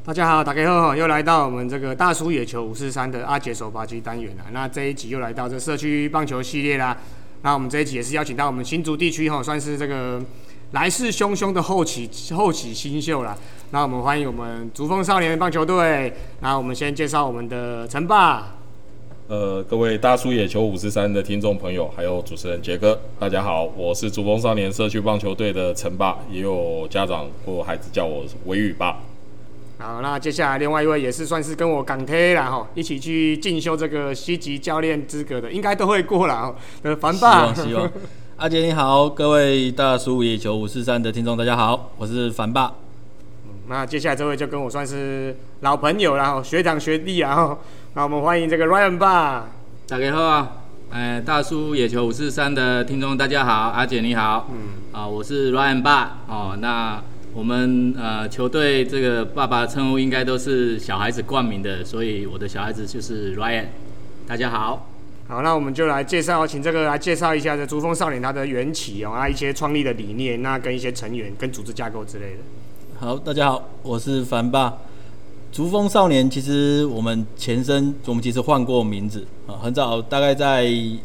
大家好，大家好，又来到我们这个大叔野球543的阿杰手把机单元啦。那这一集又来到这社区棒球系列啦。那我们这一集也是邀请到我们新竹地区算是这个来势汹汹的后起新秀啦。那我们欢迎我们竹峰少年棒球队。那我们先介绍我们的陈爸。 各位大叔野球543的听众朋友，还有主持人杰哥，大家好，我是竹峰少年社区棒球队的陈爸，也有家长或孩子叫我维宇爸。 好，那接下来另外一位也是算是跟我港铁啦一起去进修这个西级教练资格的，应该都会过啦的樊爸。 希望。阿杰你好，各位大叔野球543的听众大家好，我是樊爸。 那接下来这位就跟我算是老朋友啦，学长学弟啦。那我们欢迎这个 Ryan 爸。 大家好啊，大叔野球543的听众大家好，阿姐你好，我是 Ryan 爸那我们球队这个爸爸的称呼应该都是小孩子冠名的，所以我的小孩子就是 Ryan。大家好。 好，那我们就来介绍，请这个来介绍一下这竹峰少年它的缘起一些创立的理念，那跟一些成员、跟组织架构之类的。 好，大家好，我是樊爸。竹峰少年其实我们前身，我们其实换过名字很早，大概在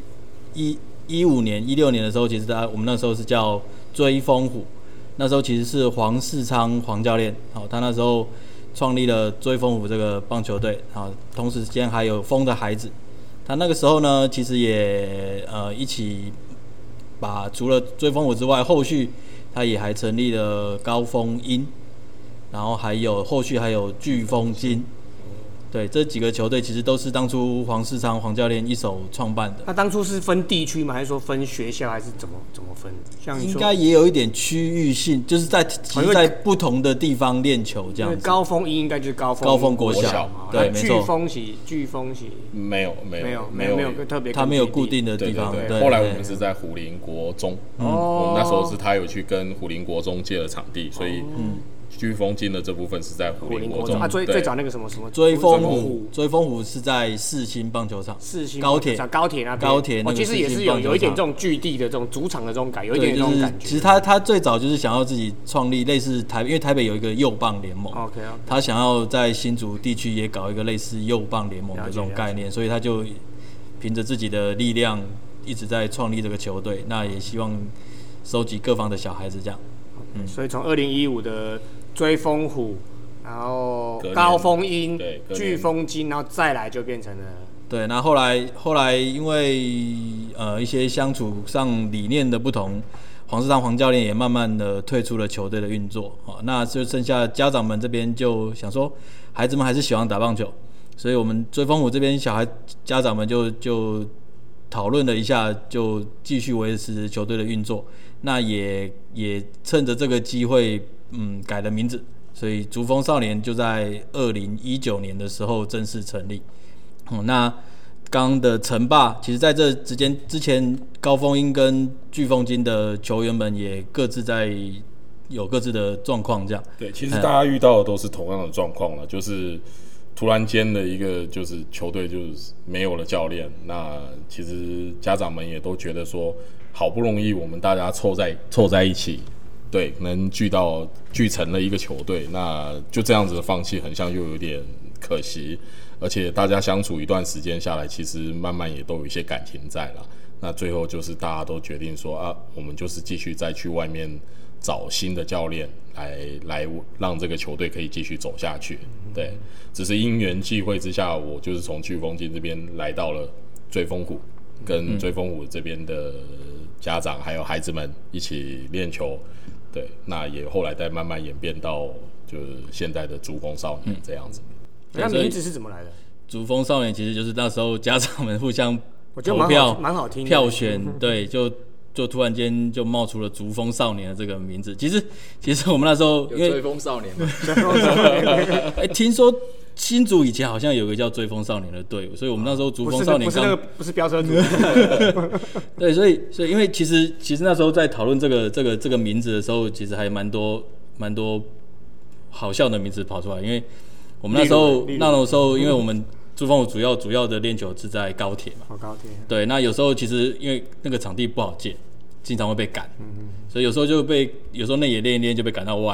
15年、16年的时候，其实我们那时候是叫追风虎。那时候其实是黄世昌黄教练，他那时候创立了追风虎这个棒球队，同时间还有风的孩子。他那个时候呢，其实也一起把除了追风虎之外，后续他也还成立了高风鹰，然后后续还有飓风金。对，这几个球队其实都是当初黄世昌黄教练一手创办的。 那当初是分地区吗？还是说分学校？还是怎么分？像你说应该也有一点区域性，就是在不同的地方练球这样子。 高风鹰应该就是高风国小，对，没错。飓风系没有特别， 他没有固定的地方。 对，后来我们是在虎林国中，我们那时候是他有去跟虎林国中借了场地，所以飓风金的这部分是在虎林国中。 最早那个什么追风虎是在世新棒球场，高铁那边。高铁那个其实也是有一点这种据地的这种主场的这种感，有一点这种感觉。 其实他最早就是想要自己创立类似因为台北有一个幼棒联盟，他想要在新竹地区也搞一个类似幼棒联盟的这种概念，所以他就凭着自己的力量一直在创立这个球队，那也希望收集各方的小孩子这样。 所以从2015的追风虎，然后高风鹰、飓风金，然后再来就变成了对。那后来因为一些相处上理念的不同，黄世昌黄教练也慢慢的退出了球队的运作，那就剩下家长们这边就想说，孩子们还是喜欢打棒球，所以我们追风虎这边家长们就讨论了一下，就继续维持球队的运作。那也趁着这个机会，改了名字，所以竹峰少年就在2019年的时候正式成立。那刚的陈爸，其实在这之前，高风鹰跟飓风金的球员们也各自有各自的状况，这样。 对，其实大家遇到的都是同样的状况了，就是突然间的一个就是球队就是没有了教练，那其实家长们也都觉得说，好不容易我们大家凑在一起，对，能聚成了一个球队，那就这样子的放弃，很像又有点可惜。而且大家相处一段时间下来，其实慢慢也都有一些感情在了。那最后就是大家都决定说我们就是继续再去外面找新的教练来让这个球队可以继续走下去。对，只是因缘际会之下，我就是从飓风金这边来到了追风虎，跟追风虎这边的家长还有孩子们一起练球。对，那也后来再慢慢演变到就是现在的竹峰少年这样子。 那名字是怎么来的？ 竹峰少年其实就是那时候家长们互相投票，蛮好听的票选，对，就突然间就冒出了竹峰少年的这个名字。其实我们那时候有追风少年吗？ 听说新竹以前好像有个叫追风少年的队伍，所以我们那时候竹峰少年不是飙车族。 对，所以因为其实那时候在讨论这个名字的时候，其实还蛮多好笑的名字跑出来，因为我们那时候因为我们珠峰主要的练球是在高铁嘛， 高铁。 对，那有时候其实因为那个场地不好借，经常会被赶，所以有时候内野练一练就被赶到外野。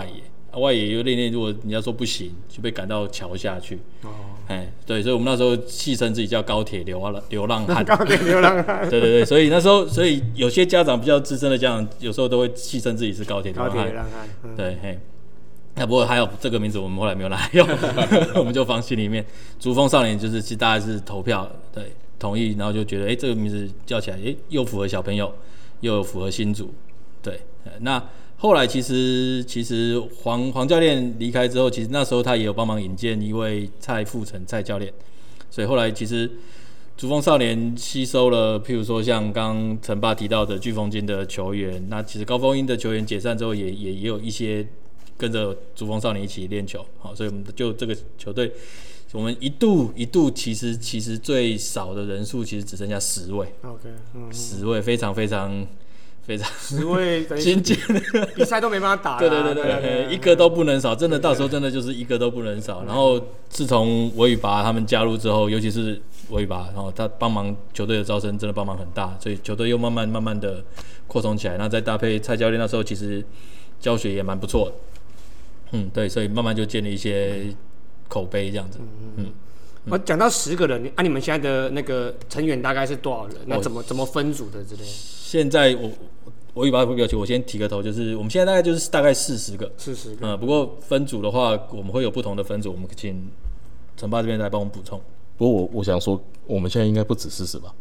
外野又练，如果你要说不行，就被赶到桥下去。对，所以我们那时候戏称自己叫高铁流浪汉。 高铁流浪汉。 对，所以那时候，有些家长比较资深的家长，有时候都会戏称自己是高铁流浪汉。对，不过还有这个名字，我们后来没有拿来用，我们就放心里面。竹风少年就是其实大家是投票对同意，然后就觉得这个名字叫起来又符合小朋友，又符合新竹。对，那后来其实黄教练离开之后，其实那时候他也有帮忙引荐一位蔡富成蔡教练，所以后来其实竹风少年吸收了，譬如说像刚陈爸提到的飓风金的球员，那其实高峰鹰的球员解散之后也有一些跟着竹风少年一起练球，好，所以我们就这个球队，我们一度其实最少的人数其实只剩下10位 ，OK， 10位非常 10位新进比赛都没办法打， 对，一个都不能少，真的到时候真的就是一个都不能少。然后自从韦宇拔他们加入之后，尤其是韦宇拔，然后他帮忙球队的招生真的帮忙很大，所以球队又慢慢的扩充起来。那再搭配蔡教练那时候其实教学也蛮不错的，对，所以慢慢就建立一些口碑这样子， 我讲到10个人，你们现在的那个成员大概是多少人？那怎么分组的之类的？ 现在我与把表情，我先提个头，就是我们现在大概40个 ，40个。 不过分组的话，我们会有不同的分组，我们请陈爸这边来帮我们补充。 不过我想说，我们现在应该不止40吧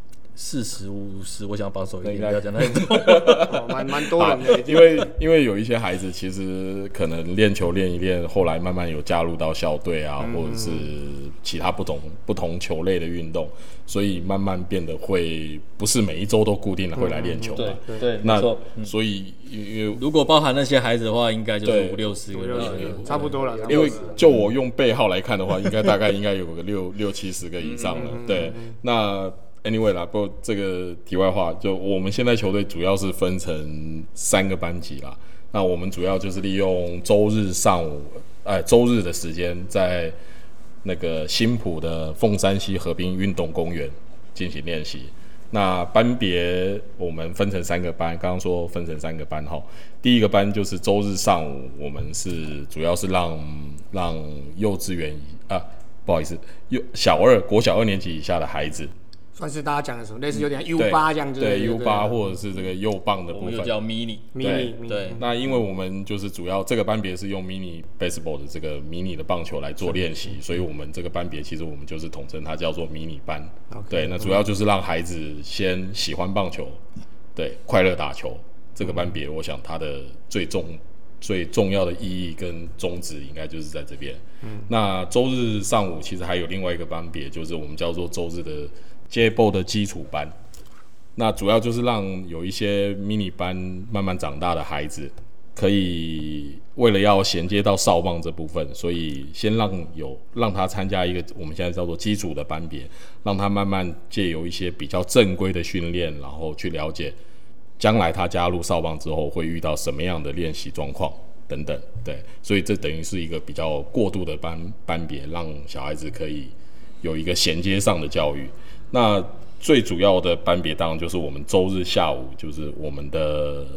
？40、50，我想保守一点，不要讲太多。蛮多人的， 因为有一些孩子其实可能练球练一练，后来慢慢有加入到校队啊，或者是其他不同球类的运动，所以慢慢变得会不是每一周都固定的会来练球嘛。 对， 那所以因为如果包含那些孩子的话，应该就是50-60个， 差不多了。 因为就我用背号来看的话，大概应该有个60-70个以上了。对，那。Anyway 啦，不过这个题外话，就我们现在球队主要是分成3个班级啦。那我们主要就是利用周日上午，周日的时间，在那个新埔的凤山溪河滨运动公园进行练习。那班别我们分成3个班，刚刚说分成3个班哈。第一个班就是周日上午，我们是主要是让幼稚园不好意思，国小2年级以下的孩子。 算是大家讲的什么，类似有点 U8 这样子， 对 U8 或者是这个幼棒的部分， 我们就叫 mini。 对，那因为我们就是主要这个班别是用 mini baseball 的这个迷你的棒球来做练习，所以我们这个班别其实我们就是统称它叫做迷你班。对，那主要就是让孩子先喜欢棒球，对，快乐打球。这个班别，我想它的最重要的意义跟宗旨应该就是在这边。那周日上午其实还有另外一个班别，就是我们叫做周日的J-Ball 的基础班，那主要就是让有一些迷你班慢慢长大的孩子，可以为了要衔接到少棒这部分，所以先让他参加一个我们现在叫做基础的班别，让他慢慢借由一些比较正规的训练，然后去了解将来他加入少棒之后会遇到什么样的练习状况等等。对，所以这等于是一个比较过渡的班别，让小孩子可以有一个衔接上的教育。那最主要的班别当然就是我们周日下午，就是我们的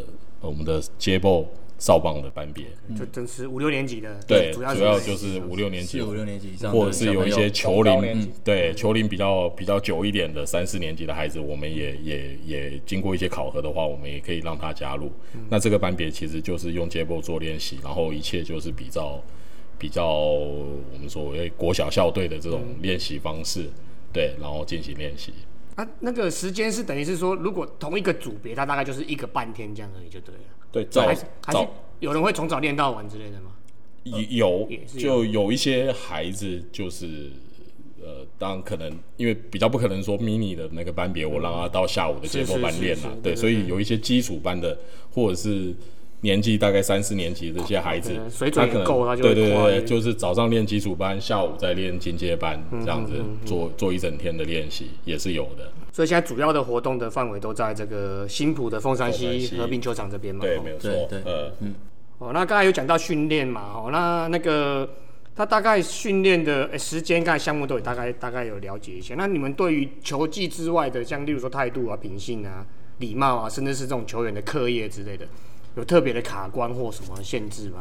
J-Ball 少棒的班别， 就真是5-6年级的， 对，主要就是5-6年级 ，4-5-6年级以上， 或者是有一些球龄，对，球龄比较久一点的3-4年级的孩子，我们也经过一些考核的话，我们也可以让他加入。那这个班别其实就是用 J-Ball 做练习，然后一切就是比较我们所谓国小校队的这种练习方式。对，然后进行练习。 那个时间是等于是说，如果同一个组别，它大概就是1个半天这样而已就对了。 对， 还是有人会从早练到晚之类的吗？ 就有一些孩子就是当然可能因为比较不可能说 mini 的那个班别，我让他到下午的接波班练啦。对，所以有一些基础班的或者是年纪大概3-4年级的这些孩子， 水准够，他就会对，就是早上练基础班，下午再练进阶班，这样子做一整天的练习也是有的。 所以现在主要的活动的范围都在这个新埔的凤山溪河滨球场这边嘛。 对，没有错。 那刚才有讲到训练嘛，那个他大概训练的时间，刚才项目都有大概有了解一些。那你们对于球技之外的，像例如说态度啊、品性啊、礼貌啊，甚至是这种球员的课业之类的，有特别的卡关或什么限制吗？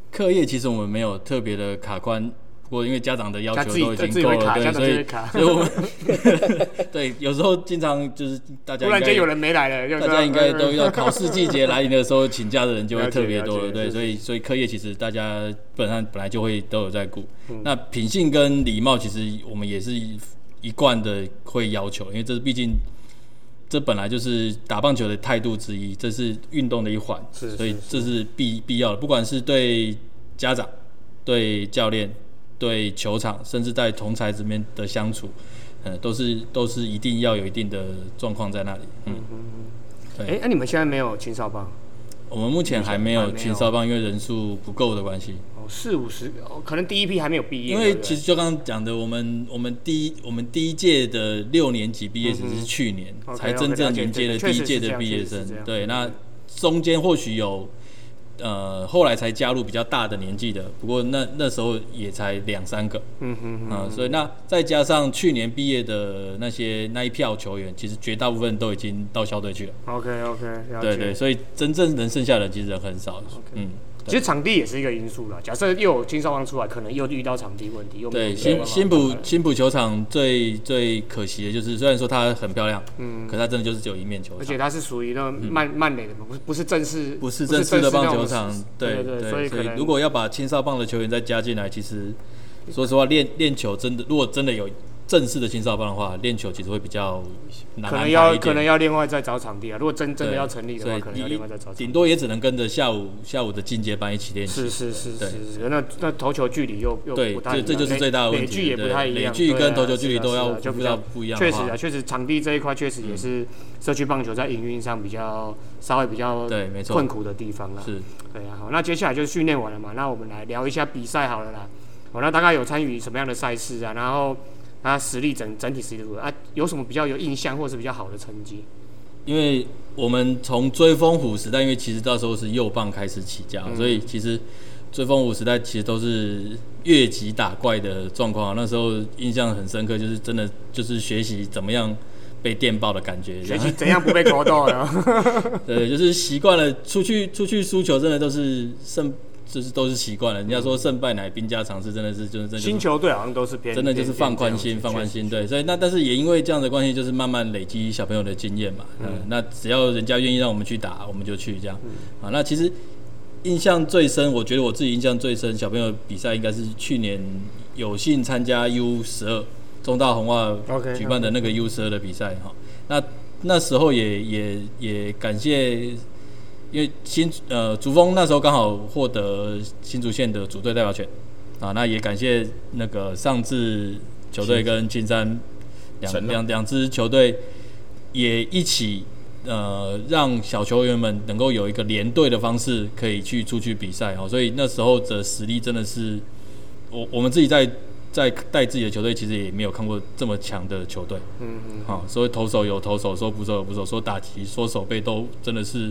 课业其实我们没有特别的卡关，不过因为家长的要求都已经自己够了， 会卡， 对，所以我们对有时候经常就是大家突然间有人没来了， 大家应该都要考试季节来临的时候，请假的人就会特别多了，对，所以课业其实大家本来就会都有在顾。那品性跟礼貌，其实我们也是一贯的会要求，因为这毕竟这本来就是打棒球的态度之一，这是运动的一环，所以这是必要的。不管是对家长、对教练、对球场，甚至在同侪之间的相处，都是一定要有一定的状况在那里。对。 那你们现在没有青少棒？ 我们目前还没有青少棒，因为人数不够的关系。 40-50，可能第一批还没有毕业。 因为其实就刚刚讲的，我们第一届的6年级毕业只是去年才真正迎接了第一届的毕业生。对，那中间或许有后来才加入比较大的年纪的，不过那时候也才2-3个。所以那再加上去年毕业的那一票球员，其实绝大部分都已经到校队去了。 OK， 对，所以真正能剩下的其实人很少。 其实场地也是一个因素啦。假设又有青少棒出来，可能又遇到场地问题。 对，新埔球场最可惜的就是，虽然说它很漂亮，可是它真的就是只有一面球场， 而且它是属于那种慢垒的嘛，不是正式的棒球场。对，所以可能如果要把青少棒的球员再加进来，其实说实话，练球真的，如果真的有正式的青少棒的话，练球其实会比较难安排一点， 可能要另外再找场地啊。如果真的要成立的话，可能要另外再找场地。 顶多也只能跟着下午的进阶班一起练习。 是。那投球距离又不太一样， 这就是最大的问题。 垒距也不太一样， 垒距跟投球距离都要不一样。 确实，场地这一块确实也是社区棒球在营运上稍微比较困苦的地方啦。 是， 对啊。好，那接下来就是训练完了嘛，那我们来聊一下比赛好了啦。那大概有参与什么样的赛事啊？然后他实力整体实力如何啊？有什么比较有印象或是比较好的成绩？ 因为我们从追风虎时代，因为其实到时候是右棒开始起家，所以其实追风虎时代其实都是越级打怪的状况。那时候印象很深刻，就是真的就是学习怎么样被电爆的感觉， 学习怎样不被扣到呢？ 对，就是习惯了出去输球，真的都是就是都是习惯了。人家说胜败乃兵家常事，真的是就是新球队好像都是偏真的就是放宽心。对，所以但是也因为这样的关系，就是慢慢累积小朋友的经验嘛。那只要人家愿意让我们去打，我们就去这样。那其实印象最深，我觉得我自己印象最深，小朋友比赛应该是去年有幸参加 U12中大红袜举办的那个 U12的比赛哈。那时候也感谢。因为竹峰那时候刚好获得新竹县的组队代表权那也感谢那个上智球队跟青山两支球队也一起让小球员们能够有一个联队的方式可以出去比赛所以那时候的实力真的是我们自己在带自己的球队，其实也没有看过这么强的球队。所以投手有投手，说捕手有捕手，说打击说守备都真的是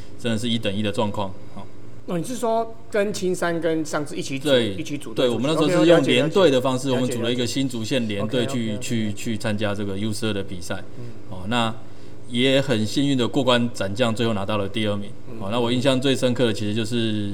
1等1的状况。 你是说跟青山跟上次一起组队？ 对，我们那时候是用联队的方式，我们组了一个新竹县联队去参加这个 U12的比赛。那也很幸运的过关斩将，最后拿到了第2名。那我印象最深刻的其实就是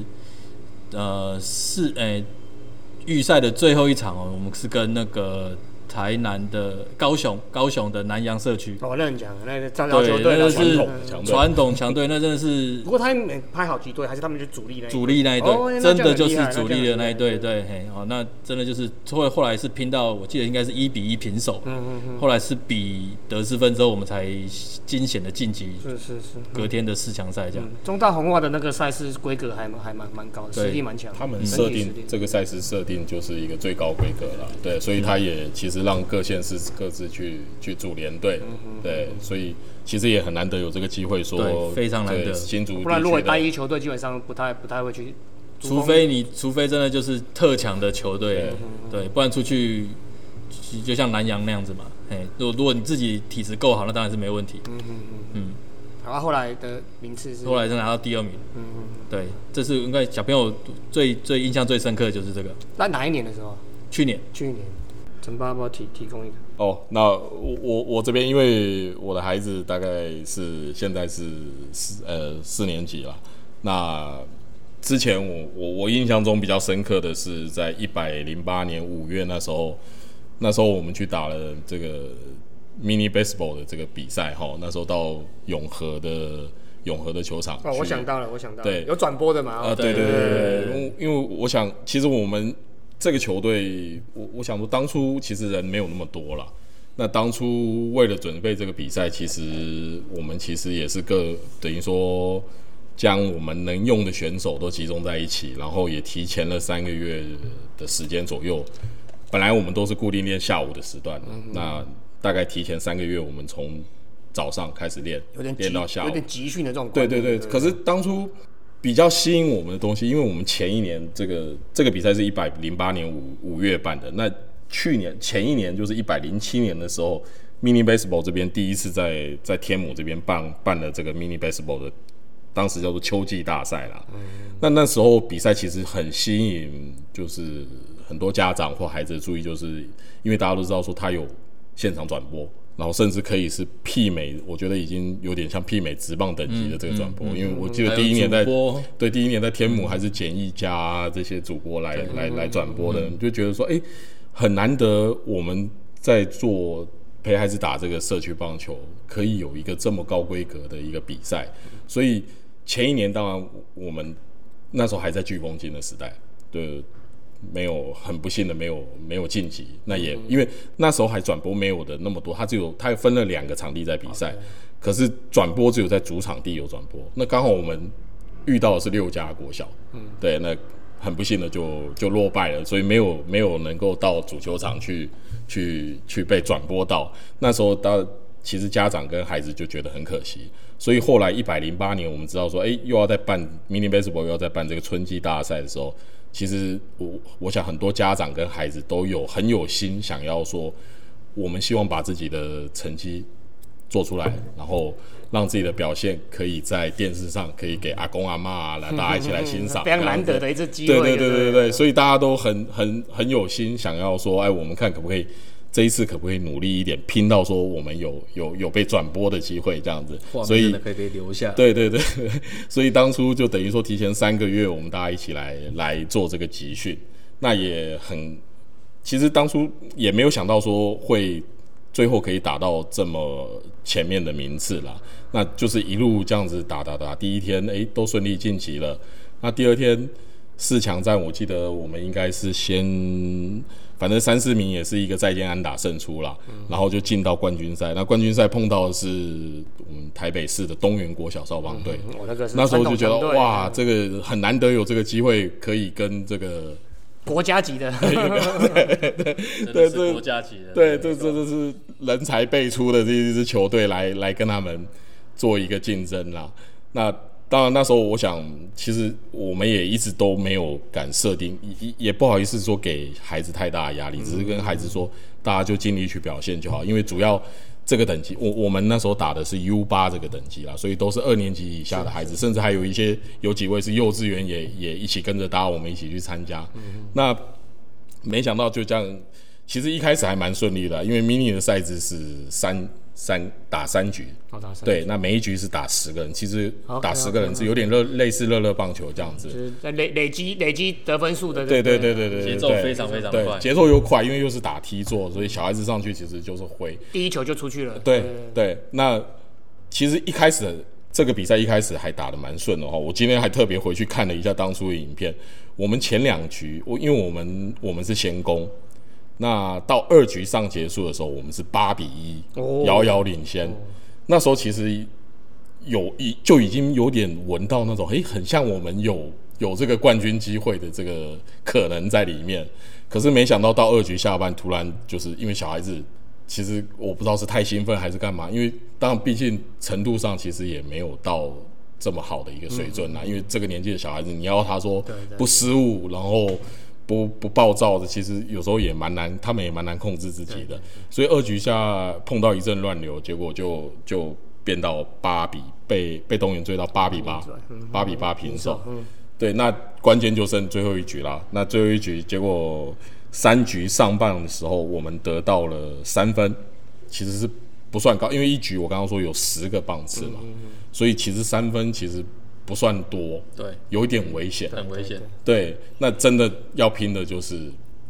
预赛的最后一场我们是跟那个台南的高雄的南洋社区。 那很强，那个早球队， 那是传统强队，那真的是。 不过他们派好几队，还是他们就主力那一队，真的就是主力的那一队，对，那真的就是后来是拼到，我记得应该是1-1平手，后来是比得失分之后，我们才惊险的晋级， 是， 隔天的4强赛这样。 中大红袜的那个赛事规格还蛮高的，实力蛮强。 他们设定这个赛事设定就是一个最高规格了，对，所以他也其实让各县市各自去组联队，对，所以其实也很难得有这个机会说， 非常难得。 新竹， 不然如果单一球队基本上不太会去， 除非真的就是特强的球队，对，不然出去就像南洋那样子嘛，如果你自己体质够好，那当然是没问题。 然后后来的名次是， 后来是拿到第2名。对，这是应该小朋友最印象最深刻的就是这个。 那哪一年的时候？ 去年。 陈爸要提供一个那我这边因为我的孩子大概是现在是4年级了，那之前我印象中比较深刻的是在108年5月那时候我们去打了这个 mini baseball 的这个比赛哈，那时候到永和的球场。 我想到了， 对， 有转播的嘛？ 对，因为我想，其实我们这个球队，我想说当初其实人没有那么多啦。那当初为了准备这个比赛，其实我们其实也是等于说将我们能用的选手都集中在一起，然后也提前了3个月的时间左右。本来我们都是固定练下午的时段，那大概提前3个月，我们从早上开始练到下午， 有点集训的这种。 对。可是当初比较吸引我们的东西，因为我们前一年这个比赛是108年5月办的，那前一年就是107年的时候 ，mini baseball 这边第一次在天母这边办了这个 mini baseball 的，当时叫做秋季大赛啦。那时候比赛其实很吸引，就是很多家长或孩子的注意，就是因为大家都知道说它有现场转播，然后甚至可以是媲美，我觉得已经有点像媲美职棒等级的这个转播，因为我记得第一年在天母还是简易家这些主播来转播的，就觉得说很难得我们在做陪孩子打这个社区棒球，可以有一个这么高规格的一个比赛。所以前一年当然我们那时候还在飓风金的时代，对，很不幸的没有晋级。那也因为那时候还转播没有的那么多，它分了2个场地在比赛，可是转播只有在主场地有转播。那刚好我们遇到的是6家国小，对，那很不幸的就落败了，所以没有能够到主球场去被转播到。那时候其实家长跟孩子就觉得很可惜，所以后来108年我们知道说，又要再办 mini baseball， 又要再办这个春季大赛的时候，其实我想很多家长跟孩子都很有心想要说，我们希望把自己的成绩做出来，然后让自己的表现可以在电视上可以给阿公阿嬷来大家一起来欣赏， 非常难得的一次机会。 对，所以大家都很有心想要说，我们看可不可以这一次可不可以努力一点，拼到说我们有被转播的机会这样子，所以可以留下。 对，所以当初就等于说提前3个月，我们大家一起来做这个集训，那也其实当初也没有想到说会最后可以打到这么前面的名次啦，那就是一路这样子打，第一天都顺利晋级了，那第2天4强战，我记得我们应该是反正3、4名也是一个再见安打胜出啦，然后就进到冠军赛。那冠军赛碰到的是我们台北市的东元国小少棒队，那时候就觉得哇，这个很难得有这个机会可以跟这个国家级的， 对，是国家级的， 对，这是人才辈出的这一支球队来跟他们做一个竞争啦。那当然那时候我想，其实我们也一直都没有敢设定，也不好意思说给孩子太大的压力，只是跟孩子说，大家就尽力去表现就好，因为主要这个等级，我们那时候打的是 U8 这个等级啦，所以都是2年级以下的孩子，甚至还有几位是幼稚园也一起跟着我们一起去参加。那没想到就这样，其实一开始还蛮顺利的，因为 mini 的赛制是打3局，对，那每一局是打10个人，其实打10个人是有点类似乐棒球这样子， 就是在累积得分数的， 对， 节奏非常非常快， 节奏又快，因为又是打梯座，所以小孩子上去其实就是挥， 第一球就出去了。 对，那其实一开始这个比赛一开始还打得蛮顺的哈，我今天还特别回去看了一下当初的影片，我们前2局，因为我们是先攻。那到2局上结束的时候，我们是8-1，遥遥领先。那时候其实就已经有点闻到那种，很像我们有这个冠军机会的这个可能在里面。可是没想到2局下半，突然就是因为小孩子，其实我不知道是太兴奋还是干嘛，因为当然毕竟程度上其实也没有到这么好的一个水准啦。因为这个年纪的小孩子，你要他说不失误，然后不暴躁的，其实有时候也蛮难，他们也蛮难控制自己的。所以2局下碰到一阵乱流，结果就变到8比，被东元追到8-8平手。对，那关键就剩最后1局啦。那最后1局结果3局上半的时候，我们得到了3分，其实是不算高，因为1局我刚刚说有10个棒次嘛，所以其实3分其实不算多， 对， 有一点危险， 很危险。 对，那真的要拼的就是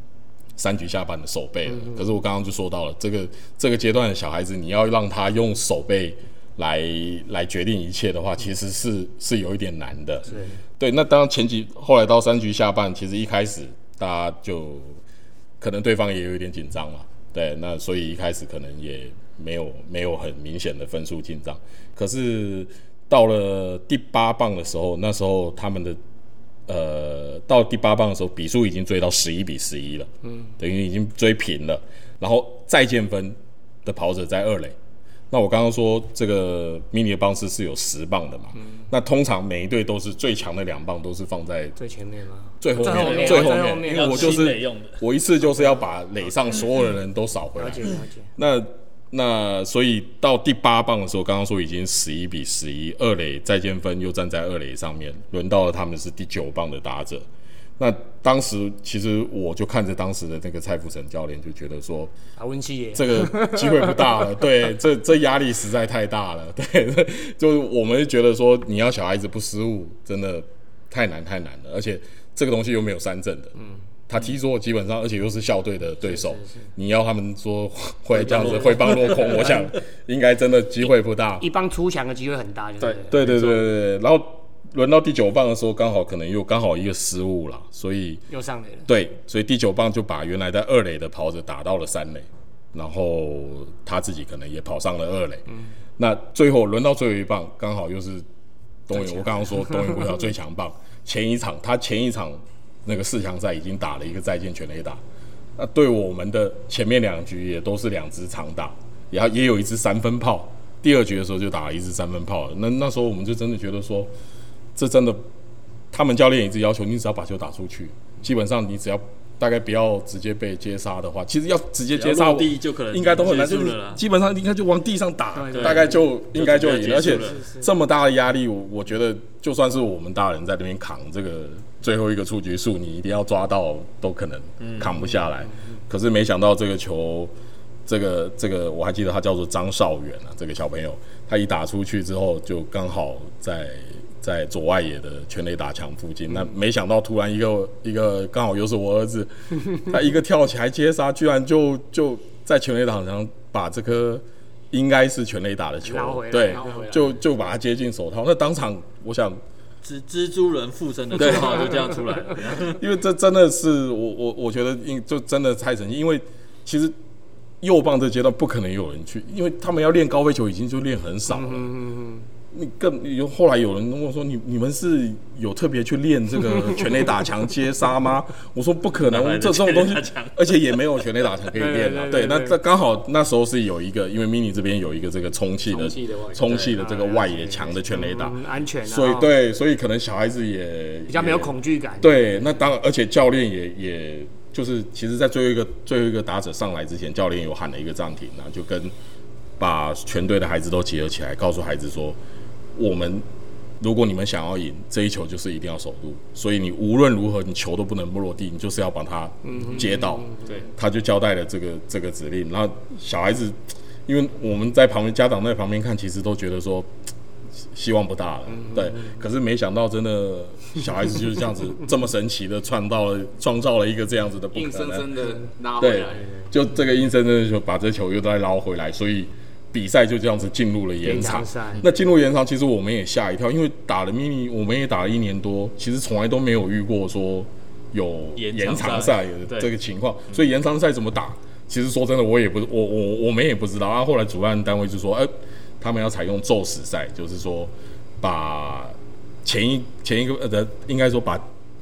3局下半的守备了。可是我刚刚就说到了，这个阶段的小孩子，你要让他用守备来决定一切的话，其实是有一点难的。对，那当然后来到3局下半，其实一开始大家就可能对方也有一点紧张嘛。对，那所以一开始可能也没有很明显的分数进账。可是到了第8棒的时候，那时候他们的到第8棒的时候，比数已经追到11-11了，等于已经追平了。然后再见分的跑者在2垒。那我刚刚说这个 mini 的棒次是有10棒的嘛？那通常每一队都是最强的2棒都是放在最前面吗？ 最后面，因为我就是我一次就是要把垒上所有的人都扫回来。 了解。 那所以到第8棒的时候，刚刚说已经11-11，二垒再见分又站在2垒上面，轮到了他们是第9棒的打者。那当时其实我就看着当时的那个蔡富成教练，就觉得说， 温馨耶， 这个机会不大了，对，这压力实在太大了，对，就是我们觉得说，你要小孩子不失误，真的太难了，而且这个东西又没有3振的，他踢错基本上，而且又是校队的对手，你要他们说会这样子挥棒落空，我想应该真的机会不大， 一棒出墙的机会很大， 对，然后。轮到第9棒的时候，刚好一个失误啦，所以又上垒了。 对，所以第9棒就把原来在2垒的跑者打到了3垒，然后他自己可能也跑上了2垒。那最后轮到最后一棒，刚好又是东元，我刚刚说东元国小最强棒。前一场那个4强赛已经打了一个再见全垒打，那对我们的前面2局也都是2支长打，也有一支3分炮。第2局的时候就打了一支3分炮了，那时候我们就真的觉得说。这真的，他们教练一直要求你只要把球打出去，基本上你只要大概不要直接被接杀的话，其实要直接接杀地就可能应该都很难，就是基本上应该就往地上打，大概就应该就赢了。而且这么大的压力，我觉得就算是我们大人在那边扛这个最后一个出局数，你一定要抓到，都可能扛不下来。可是没想到这个球。这个我还记得他叫做张少元啊，这个小朋友他一打出去之后，就刚好在左外野的全垒打墙附近。那没想到突然一个刚好又是我儿子，他一个跳起来接杀，居然就在全垒打墙把这颗应该是全垒打的球，对，就把它接进手套。那当场我想， 蜘蛛人附身的绰号就这样出来了， 因为这真的是我觉得就真的太神奇，因为其实。右棒这阶段不可能有人去，因为他们要练高飞球已经就练很少了。后来有人问我说：“你们是有特别去练这个全垒打墙接杀吗？”我说：“不可能，这种东西，而且也没有全垒打墙可以练的。”对，那刚好那时候是有一个，因为 mini 这边有一个这个充气的这个外野墙的全垒打， 安全。 所以可能小孩子也比较没有恐惧感。 对，那当然，而且教练也。就是其实，在最后一个打者上来之前，教练有喊了一个暂停，然后就跟把全队的孩子都集合起来，告诉孩子说：如果你们想要赢，这一球就是一定要守住，所以你无论如何，你球都不能不落地，你就是要把它接到。 对， 他就交代了这个指令，然后小孩子，因为我们在旁边，家长在旁边看，其实都觉得说。希望不大了，对。可是没想到，真的小孩子就是这样子，这么神奇的创造了一个这样子的不可能， 硬生生的拉回来。 就这个硬生生的就把这球又再捞回来，所以比赛就这样子进入了延长。那进入延长，其实我们也吓一跳，因为打了 mini， 我们也打了1年多，其实从来都没有遇过说有延长赛的这个情况，所以延长赛怎么打？其实说真的，我们也不知道啊。后来主办单位就说，他们要采用咒死赛，就是说把前一个应该说把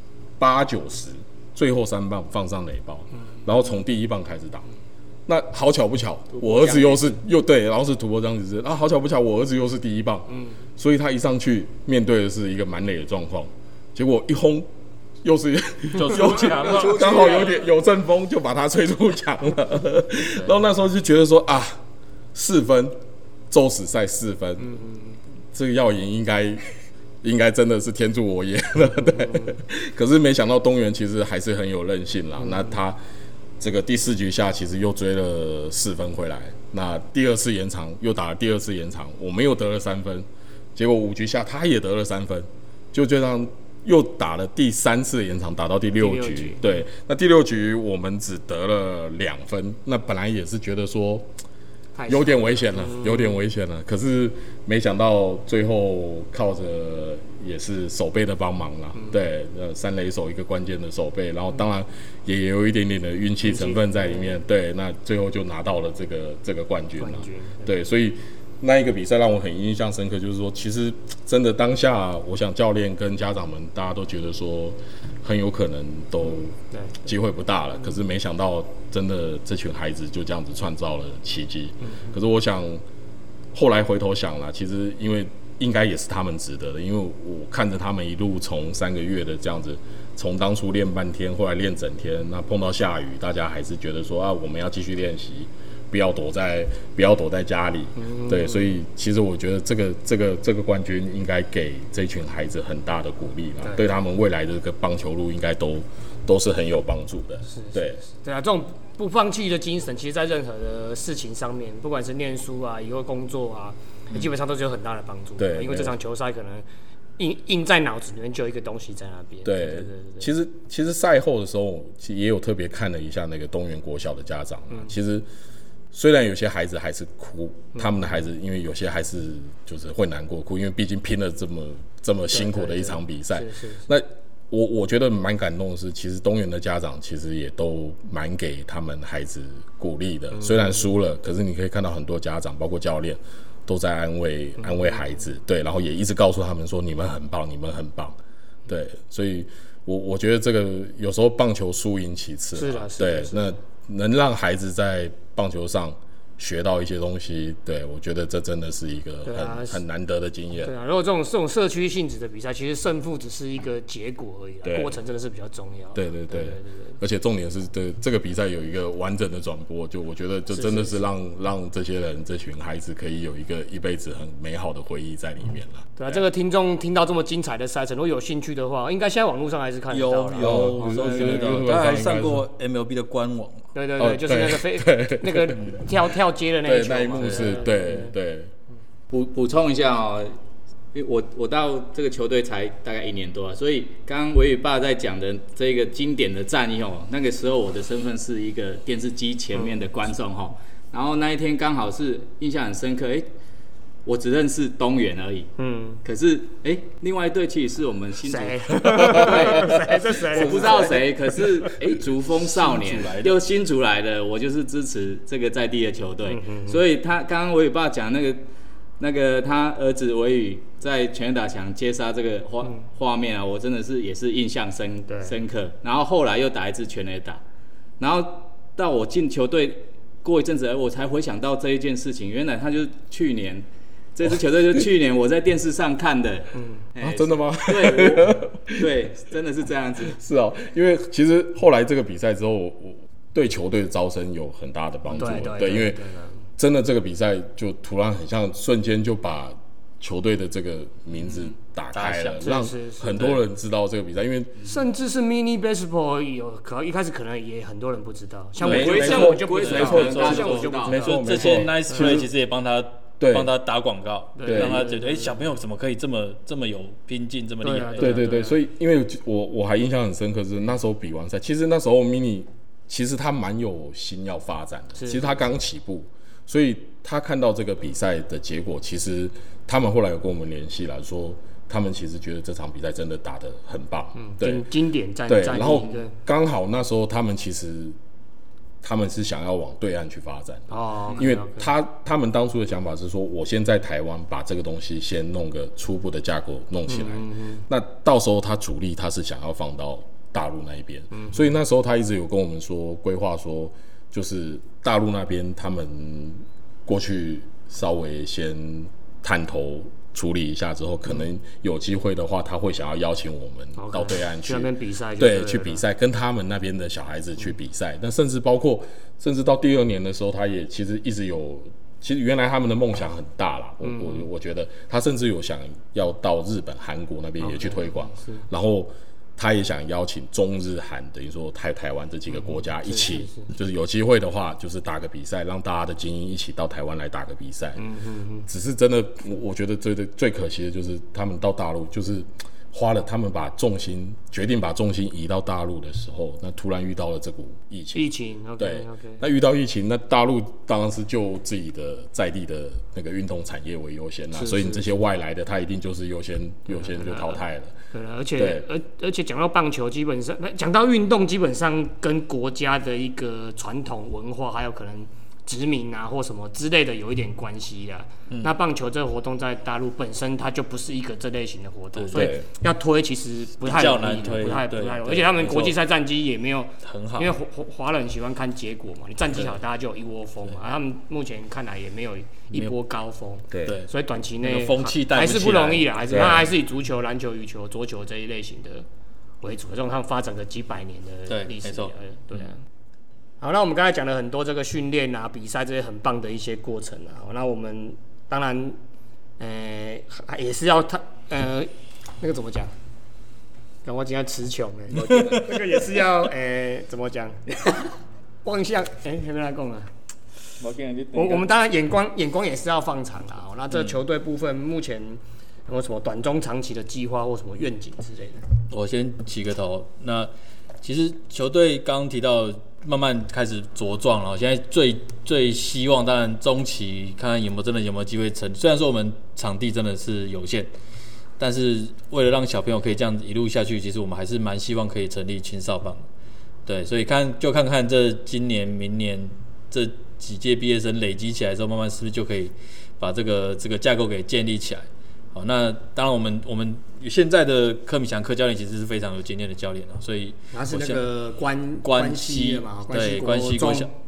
8、9、10最后3棒放上垒包，然后从第1棒开始打。那好巧不巧，我儿子又对，然后是突破张子好巧不巧，我儿子又是第1棒，所以他一上去面对的是一个满垒的状况，结果一轰。又是就出墙了， 刚好有阵风，就把他吹出墙了。然后那时候就觉得说4分，咒死赛4分，这个要赢应该真的是天助我也了，对。可是没想到东元其实还是很有韧性啦。那他这个第4局下其实又追了4分回来，那第2次延长又打了第2次延长，我们又得了3分，结果5局下他也得了3分。 就这样又打了第3次的延长，打到第6局。对，那第6局我们只得了2分，那本来也是觉得说有点危险了，有点危险了。可是没想到最后靠着也是守备的帮忙啦，对，三垒手一个关键的守备，然后当然也有一点点的运气成分在里面，对，那最后就拿到了这个冠军了，对，所以那一个比赛让我很印象深刻，就是说其实真的当下，我想教练跟家长们大家都觉得说很有可能都机会不大了，可是没想到真的这群孩子就这样子创造了奇迹。可是我想后来回头想了，其实因为应该也是他们值得的，因为我看着他们一路从3个月的这样子，从当初练半天，后来练整天，那碰到下雨，大家还是觉得说我们要继续练习，不要躲在家里，对，所以其实我觉得这个冠军应该给这群孩子很大的鼓励啦，对他们未来的这个棒球路应该都是很有帮助的，对啊，这种不放弃的精神，其实在任何的事情上面，不管是念书啊，以后工作啊，基本上都是有很大的帮助。对，因为这场球赛可能印在脑子里面就有一个东西在那边。对， 其实赛后的时候，其实也有特别看了一下那个东元国小的家长，其实虽然有些孩子还是哭，他们的孩子因为有些还是就是会难过哭，因为毕竟拼了这么辛苦的一场比赛。那我觉得蛮感动的是，其实东元的家长其实也都蛮给他们孩子鼓励的。虽然输了，可是你可以看到很多家长，包括教练，都在安慰孩子，对，然后也一直告诉他们说你们很棒，你们很棒，对，所以我觉得这个有时候棒球输赢其次，对，那能让孩子在棒球上学到一些东西，对，我觉得这真的是一个很难得的经验。 对啊，如果这种社区性质的比赛，其实胜负只是一个结果而已啦，过程真的是比较重要。对， 而且重点是这个比赛有一个完整的转播，就我觉得就真的是让这些人这群孩子可以有一个一辈子很美好的回忆在里面了。 对啊，这个听众听到这么精彩的赛程，如果有兴趣的话，应该现在网络上还是看得到啦。 有，他还上过 MLB 的官网。 对，就是那个那个跳街的那一球嘛， 那一幕是对。 补充一下哦，因为我到这个球队才大概1年多，所以刚刚维宇爸在讲的这个经典的战役哦，那个时候我的身份是一个电视机前面的观众哈，然后那一天刚好是印象很深刻，我只认识东元而已，可是另外一队其实是我们新竹， 谁？ 我不知道谁，可是竹峰少年又新竹来的，我就是支持这个在地的球队，所以他刚刚维宇爸讲那个他儿子维宇在全垒打墙接杀这个画面啊，我真的是也是印象深刻，然后后来又打一支全垒打，然后到我进球队过一阵子，我才回想到这一件事情，原来他就是去年。这支球队就是去年我在电视上看的， 真的吗？ 对，真的是这样子。 是哦，因为其实后来这个比赛之后，我对球队的招生有很大的帮助。对，因为真的这个比赛就突然很像瞬间就把球队的这个名字打开了，让很多人知道这个比赛。因为甚至是 mini baseball 一开始可能也很多人不知道，像我就不知道，像我就不知道。 没错，这些 nice play 其实也帮他打广告，让他觉得小朋友怎么可以这么有拼劲，这么厉害。 对，所以因为我还印象很深刻，是那时候比完赛，其实那时候 mini 其实他蛮有心要发展的，其实他刚起步，所以他看到这个比赛的结果，其实他们后来有跟我们联系了，说他们其实觉得这场比赛真的打得很棒，对， 经典战役， 对，然后刚好那时候他们其实。他们是想要往对岸去发展的，因为他们当初的想法是说，我先在台湾把这个东西先弄个初步的架构弄起来，那到时候他主力他是想要放到大陆那一边，所以那时候他一直有跟我们说规划说，就是大陆那边他们过去稍微先探头。处理一下之后，可能有机会的话，他会想要邀请我们到对岸去那边比赛， 对，去比赛，跟他们那边的小孩子去比赛。那甚至到第2年的时候，他也其实一直有，其实原来他们的梦想很大啦。我觉得他甚至有想要到日本、韩国那边也去推广，然后。他也想邀请中日韩，等于说台湾这几个国家一起，就是有机会的话，就是打个比赛，让大家的精英一起到台湾来打个比赛。只是真的，我觉得最可惜的就是他们到大陆，就是他们决定把重心移到大陆的时候，那突然遇到了这股疫情。对，那遇到疫情，那大陆当然是就自己的在地的那个运动产业为优先啦，所以你这些外来的，它一定就是优先就淘汰了。 对了，而且讲到棒球，基本上讲到运动，基本上跟国家的一个传统文化，还有可能殖民啊或什么之类的有一点关系啦。那棒球这个活动在大陆本身它就不是一个这类型的活动，所以要推其实不太容易，不太容易。而且他们国际赛战绩也没有很好， 因为华人喜欢看结果嘛，你战绩好大家就有一窝蜂嘛，他们目前看来也没有一波高峰， 对， 所以短期内风气还是不容易啦，还是以足球、篮球、羽球、桌球这一类型的为主，这种他们发展了几百年的历史，对啊。好，那我们刚才讲了很多这个训练啊、比赛这些很棒的一些过程啊。那我们当然，也是要那个怎么讲？跟我今天词穷那个也是要怎么讲？望向还没来讲啊。我们当然眼光也是要放长啦。那这球队部分目前有没有什么短中长期的计划或什么愿景之类的？ 我先起个头。那其实球队刚刚提到慢慢开始茁壮了，现在最希望当然中期看看有没有机会成。虽然说我们场地真的是有限，但是为了让小朋友可以这样一路下去，其实我们还是蛮希望可以成立青少棒。对，所以看看这今年、明年这几届毕业生累积起来之后，慢慢是不是就可以把这个架构给建立起来？好，那当然我们现在的柯米祥柯教练其实是非常有经验的教练了，所以他是那个关系的嘛， 对，关系国中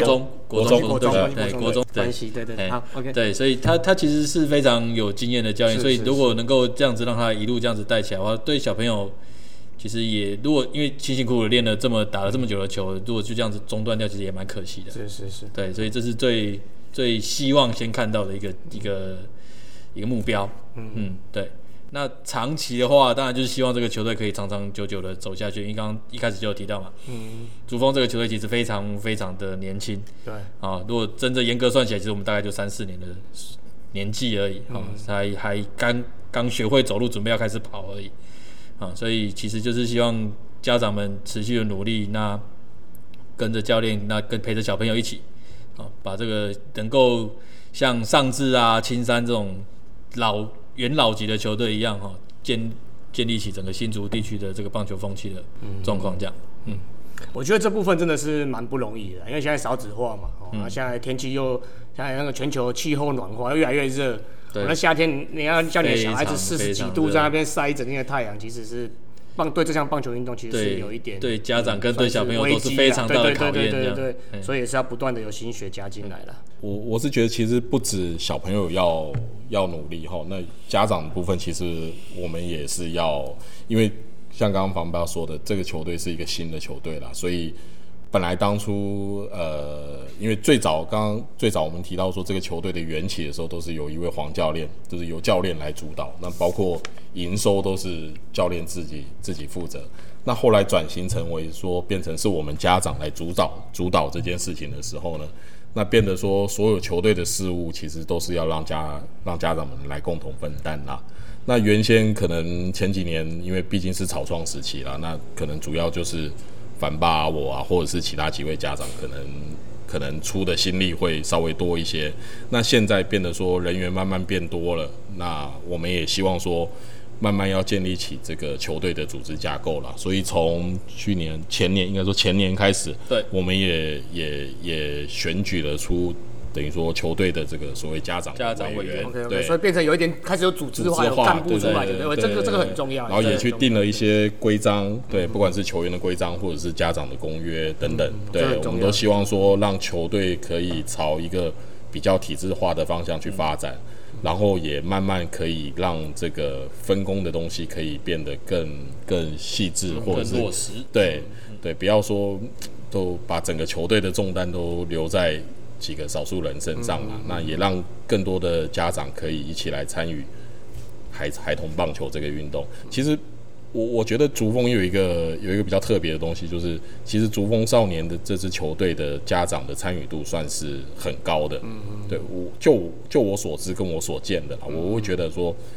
关系，对，好 ，OK， 对，所以他其实是非常有经验的教练，所以如果能够这样子让他一路这样子带起来的话，对小朋友其实也如果因为辛辛苦苦练了打了这么久的球，如果就这样子中断掉，其实也蛮可惜的。 是， 对，所以这是最希望先看到的一个目标。对。那长期的话，当然就是希望这个球队可以长长久久的走下去。因为刚刚一开始就有提到嘛，竹峰这个球队其实非常非常的年轻， 对啊，如果真正严格算起来，其实我们大概就3-4年的年纪而已，还刚学会走路，准备要开始跑而已，所以其实就是希望家长们持续的努力，那跟着教练，那陪着小朋友一起，把这个能够像上智啊、青山这种元老级的球队一样，建立起整个新竹地区的这个棒球风气的状况，这样。 我觉得这部分真的是蛮不容易的，因为现在少子化嘛，现在天气又现在那个全球气候暖化，越来越热。那夏天你要叫你的小孩子40几度在那边晒一整天的太阳，其实是对这项棒球运动其实是有一点对家长跟对小朋友都是非常大的考验， 对，所以也是要不断的有新血加进来了。 我是觉得其实不止小朋友要努力哈，那家长的部分其实我们也是要，因为像刚刚房爸说的，这个球队是一个新的球队啦，所以本来当初因为最早我们提到说这个球队的缘起的时候，都是有一位黄教练，就是由教练来主导，那包括营收都是教练自己负责。那后来转型成为说变成是我们家长来主导这件事情的时候呢，那变得说所有球队的事务其实都是要让家长们来共同分担啦。那原先可能前几年因为毕竟是草创时期啦，那可能主要就是反爸啊我啊，或者是其他几位家长可能出的心力会稍微多一些。那现在变得说人员慢慢变多了，那我们也希望说慢慢要建立起这个球队的组织架构啦。所以从前年开始， 对， 我们也选举了出等于说球队的这个所谓家长委员， 对，所以变成有一点开始有组织化，有干部出来，对，这个很重要。 然后也去定了一些规章，对，不管是球员的规章或者是家长的公约等等，对，我们都希望说让球队可以朝一个比较体制化的方向去发展，然后也慢慢可以让这个分工的东西可以变得更细致，或者是更落实， 对，不要说都把整个球队的重担都留在几个少数人身上啦，那也让更多的家长可以一起来参与孩童棒球这个运动。其实我觉得竹峰有一个比较特别的东西，就是其实竹峰少年的这支球队的家长的参与度算是很高的。对，就我所知跟我所见的啦，我会觉得说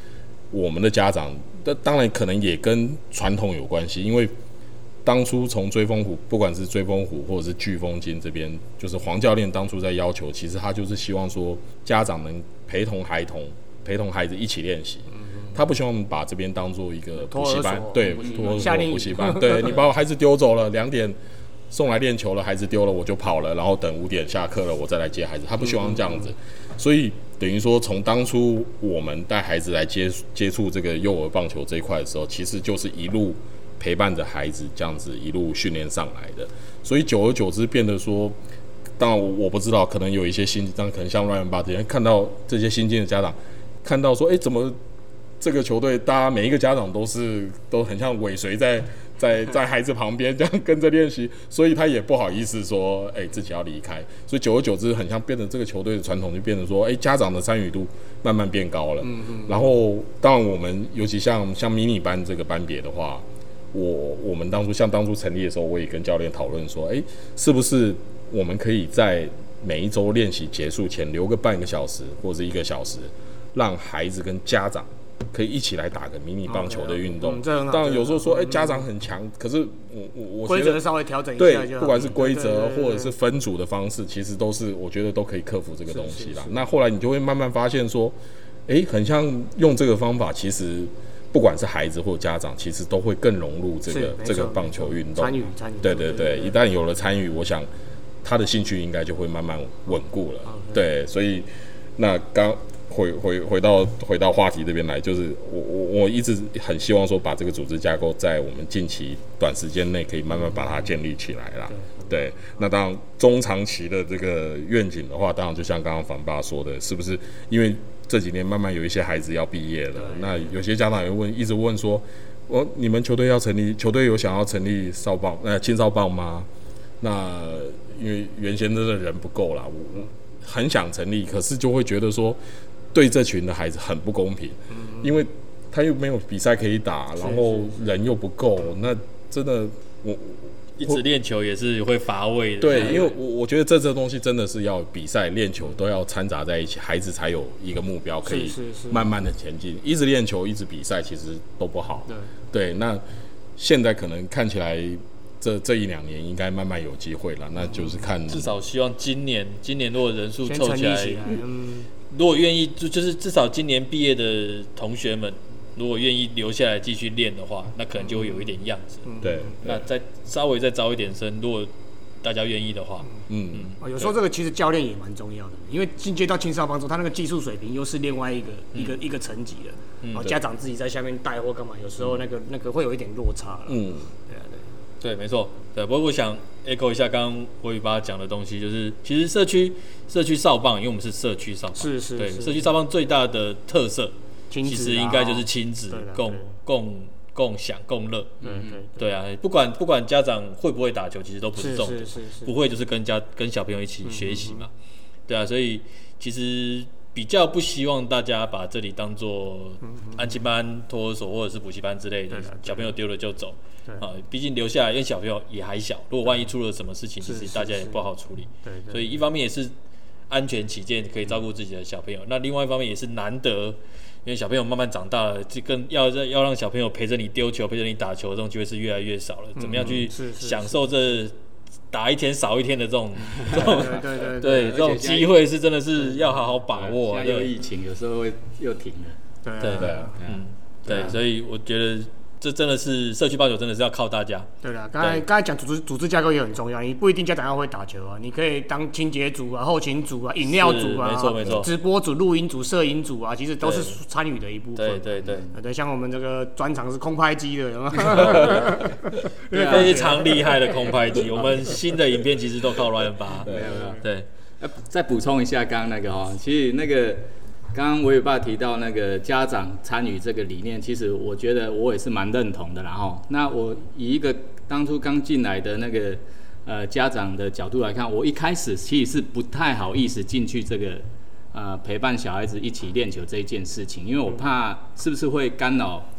我们的家长，当然可能也跟传统有关系，因为当初从追风虎，不管是追风虎或者是飓风金这边，就是黄教练当初在要求，其实他就是希望说家长能陪同孩子一起练习。他不希望把这边当做一个补习班，对，托儿所补习班，对你把我孩子丢走了，2点送来练球了，孩子丢了我就跑了，然后等5点下课了我再来接孩子，他不希望这样子，所以等于说从当初我们带孩子来接触这个幼儿棒球这一块的时候，其实就是一路陪伴着孩子这样子一路训练上来的，所以久而久之变得说，当然我不知道，可能有一些可能像 Ryan 爸这样看到这些新进的家长，看到说，怎么这个球队大家每一个家长都很像尾随在孩子旁边这样跟着练习，所以他也不好意思说，自己要离开，所以久而久之很像变成这个球队的传统，就变成说，家长的参与度慢慢变高了。然后当然我们尤其像迷你班这个班别的话，我们当初成立的时候，我也跟教练讨论说，是不是我们可以在每一周练习结束前留个半个小时或者1个小时，让孩子跟家长可以一起来打个迷你棒球的运动。当然有时候说，家长很强，可是我规则稍微调整一下就好， 对，不管是规则或者是分组的方式，其实都是我觉得都可以克服这个东西啦。那后来你就会慢慢发现说，很像用这个方法，其实不管是孩子或家长，其实都会更融入这个棒球运动。 参与， 对，一旦有了参与，我想他的兴趣应该就会慢慢稳固了。对，所以那刚回到话题这边来，就是我一直很希望说把这个组织架构在我们近期短时间内可以慢慢把它建立起来啦。对，那当然中长期的这个愿景的话，当然就像刚刚凡爸说的，是不是因为这几年慢慢有一些孩子要毕业了，那有些家长也一直问说，你们球队要成立，球队有想要成立青少棒吗？那因为原先真的人不够啦，我很想成立，可是就会觉得说对这群的孩子很不公平，因为他又没有比赛可以打，然后人又不够，那真的我一直练球也是会乏味的。 对，因为我觉得这东西真的是要比赛、练球都要掺杂在一起，孩子才有一个目标可以慢慢的前进。一直练球、一直比赛，其实都不好。对，那现在可能看起来这1-2年应该慢慢有机会了，那就是看至少希望今年如果人数凑起来，如果愿意，就是至少今年毕业的同学们，如果愿意留下来继续练的话，那可能就会有一点样子。 对， 那稍微再招一点生，如果大家愿意的话， 有时候这个其实教练也蛮重要的，因为进阶到青少棒之后，他那个技术水平又是另外一个层级了。家长自己在下面带或干嘛，有时候那个会有一点落差了。 对，没错。对，不过我想 echo 一下刚刚我与爸讲的东西，就是其实社区少棒，因为我们是社区少棒，对，社区少棒最大的特色，其实应该就是亲子共享共乐。对啊，不管家长会不会打球，其实都不是重点，不会就是跟小朋友一起学习嘛。对啊，所以其实比较不希望大家把这里当做安亲班、托儿所或者是补习班之类的，小朋友丢了就走。毕竟留下来，因为小朋友也还小，如果万一出了什么事情，其实大家也不好处理。所以一方面也是安全起见，可以照顾自己的小朋友。那另外一方面也是难得，因为小朋友慢慢长大了，这更要让小朋友陪着你丢球、陪着你打球，这种机会是越来越少了。怎么样去享受这打一天少一天的这种这种机会，是真的是要好好把握。 现在有疫情，有时候会又停了。 对，所以我觉得这真的是社区棒球，真的是要靠大家。 对了，刚才讲组织架构也很重要，你不一定家长要会打球啊，你可以当清洁组啊、后勤组啊、饮料组啊， 没错， 直播组、录音组、摄影组啊，其实都是参与的一部分。 对， 像我们这个专长是空拍机的，有没有？ 非常厉害的空拍机，我们新的影片其实都靠 Ryan 爸。对， 再补充一下刚刚那个其实那个。刚刚我也爸提到那个家长参与这个理念，其实我觉得我也是蛮认同的啦。那我以一个当初刚进来的那个家长的角度来看，我一开始其实是不太好意思进去这个陪伴小孩子一起练球这一件事情，因为我怕是不是会干扰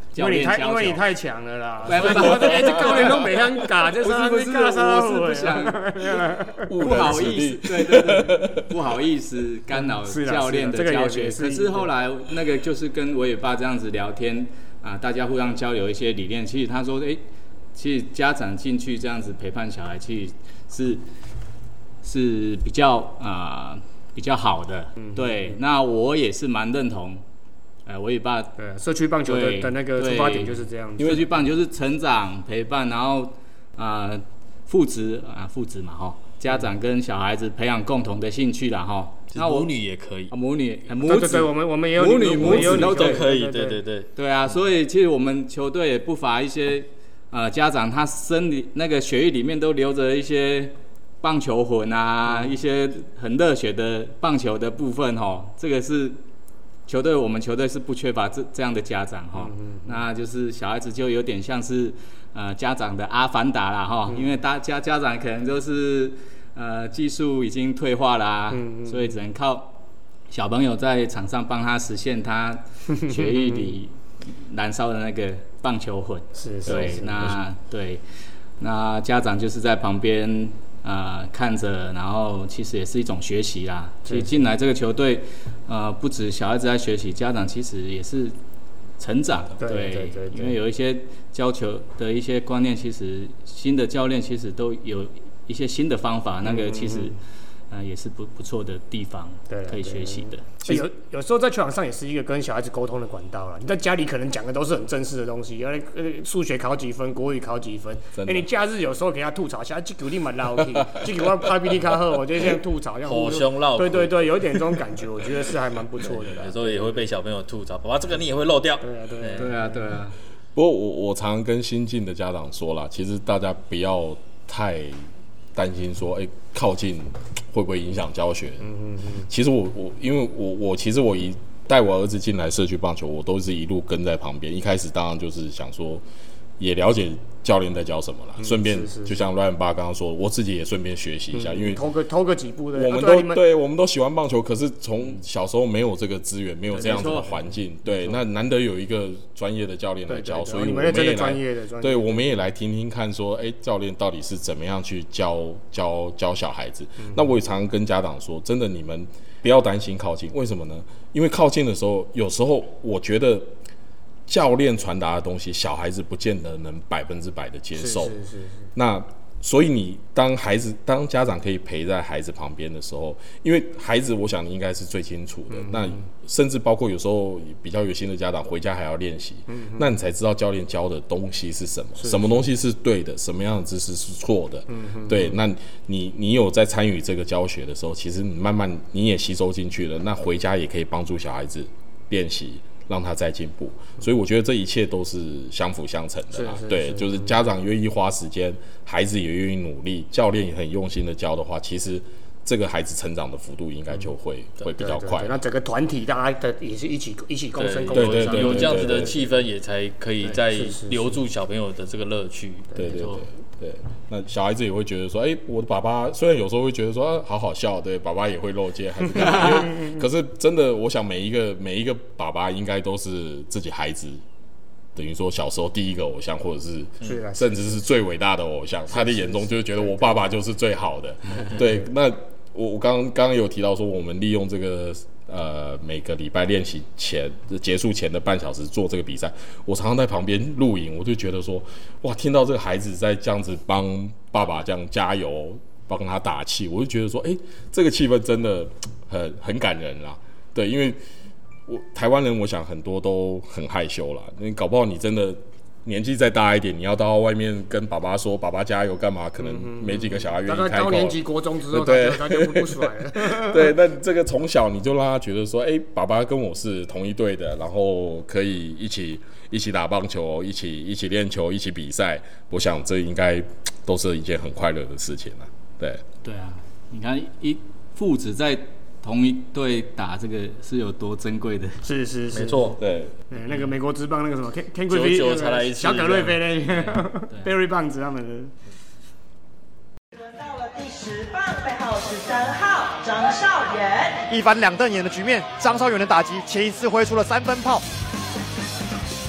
教练教球， 因为你太强了啦。 不，这教练都没想打，就是不是，我是不想，不好意思，对，不好意思干扰教练的教学。可是后来那个就是跟我也爸这样子聊天啊，大家互相交流一些理念。其实他说，其实家长进去这样子陪伴小孩，其实是比较好的。对，那我也是蛮认同。我也爸对社区棒球的那个出发点就是这样子。 社区棒球就是成长陪伴，然后父子嘛家长跟小孩子培养共同的兴趣啦哈。 那母女也可以， 母子对，我们也有母子都可以，对。 对啊，所以其实我们球队也不乏一些家长，他那个血液里面都流着一些棒球魂啊，一些很热血的棒球的部分这个是。我们球队是不缺乏这样的家长那就是小孩子就有点像是家长的阿凡达啦因为家长可能就是技术已经退化啦所以只能靠小朋友在场上帮他实现他血液里燃烧的那个棒球魂。对，那家长就是在旁边。看着，然后其实也是一种学习啦。其实进来这个球队，不止小孩子在学习，家长其实也是成长。对，因为有一些教球的一些观念，其实新的教练其实都有一些新的方法，那个其实也是不错的地方，可以学习的。 有时候在球场上也是一个跟小孩子沟通的管道啦。你在家里可能讲的都是很正式的东西，数学考几分，国语考几分。你假日有时候给他吐槽一下，这球你蛮老气，这球我拍比你较好，我就这样吐槽， 口凶闹。 对，有一点这种感觉，我觉得是还蛮不错的啦。 有时候也会被小朋友吐槽，爸爸这个你也会漏掉。 对啊。 不过我常常跟新进的家长说啦，其实大家不要太担心说，靠近会不会影响教学？其实因为我其实我带我儿子进来社区棒球，我都是一路跟在旁边。一开始当然就是想说，也了解教练在教什么啦，顺便就像 Ryan 爸刚刚说，我自己也顺便学习一下，因为偷个几步的。 我们都喜欢棒球，可是从小时候没有这个资源，没有这样子的环境，对，那难得有一个专业的教练来教，所以我们也来，对，我们也来听听看，说，教练到底是怎么样去教小孩子。那我也常常跟家长说，真的，你们不要担心靠近，为什么呢？因为靠近的时候，有时候我觉得。教练传达的东西，小孩子不见得能100%的接受。是。那所以你当家长可以陪在孩子旁边的时候，因为孩子，我想你应该是最清楚的。那甚至包括有时候比较有心的家长回家还要练习，那你才知道教练教的东西是什么，什么东西是对的，什么样的知识是错的。对，那你有在参与这个教学的时候，其实你慢慢你也吸收进去了，那回家也可以帮助小孩子练习。让他再进步，所以我觉得这一切都是相辅相成的啦。对，就是家长愿意花时间，孩子也愿意努力，教练也很用心的教的话，其实这个孩子成长的幅度应该就会比较快。 那整个团体大家也是一起共生共荣， 对，有这样子的气氛，也才可以再留住小朋友的这个乐趣。 对，那小孩子也会觉得说，我的爸爸虽然有时候会觉得说，好好笑，对，爸爸也会漏接还是干嘛？可是真的，我想每一个爸爸应该都是自己孩子，等于说小时候第一个偶像，或者是甚至是最伟大的偶像，他的眼中就会觉得我爸爸就是最好的。对，那我刚刚有提到说，我们利用这个。每个礼拜练习前结束前的半小时做这个比赛，我常常在旁边录影，我就觉得说，哇，听到这个孩子在这样子帮爸爸这样加油，帮他打气，我就觉得说，这个气氛真的很感人啦。对，因为台湾人，我想很多都很害羞啦，你搞不好你真的。年纪再大一点，你要到外面跟爸爸说“爸爸加油”干嘛？可能没几个小孩愿意开口。 大概高年级国中之后，他就不甩了。 对，那这个从小你就让他觉得说，爸爸跟我是同一队的，然后可以一起打棒球，一起练球，一起比赛。我想这应该都是一件很快乐的事情了。对啊，你看父子在同一队打这个是有多珍贵的？ 是， 没错， 对。 那个美国职棒那个什么 Ken Griffey 才来一次， 小葛瑞菲那个 Barry Bonds 他们的。 轮到了第10棒，背号13号张少元。 一翻两瞪眼的局面，张少元的打击前一次挥出了3分炮。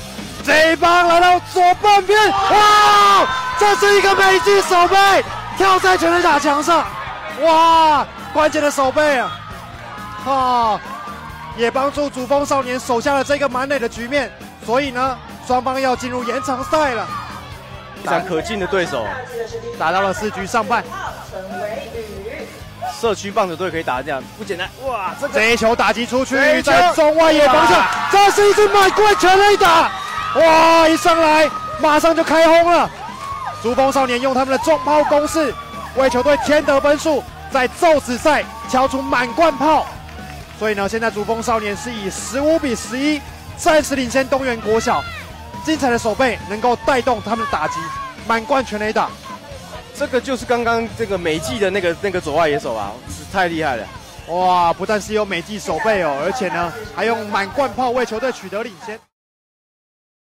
这一棒来到左半边，哇！这是一个美技守备，跳在全垒打墙上，哇！关键的守备啊，也帮助主峰少年守下了这个满垒的局面。所以呢，双方要进入延长赛了。 非常可敬的对手， 打到了4局上半。 社区棒球队可以打这样不简单，哇！ 这一球打击出去，在中外野方向，这是一支满贯全垒打，哇！一上来马上就开轰了。主峰少年用他们的重炮攻势，为球队添得分数，在宙斯赛敲出满贯炮。所以呢，现在主峰少年是以15-11暂时领先东源国小。精彩的守备能够带动他们的打击，满贯全垒打。 这个就是刚刚这个美技的那个左外野手啊，太厉害了！ 哇，不但是有美技守备哦，而且呢还用满贯炮为球队取得领先。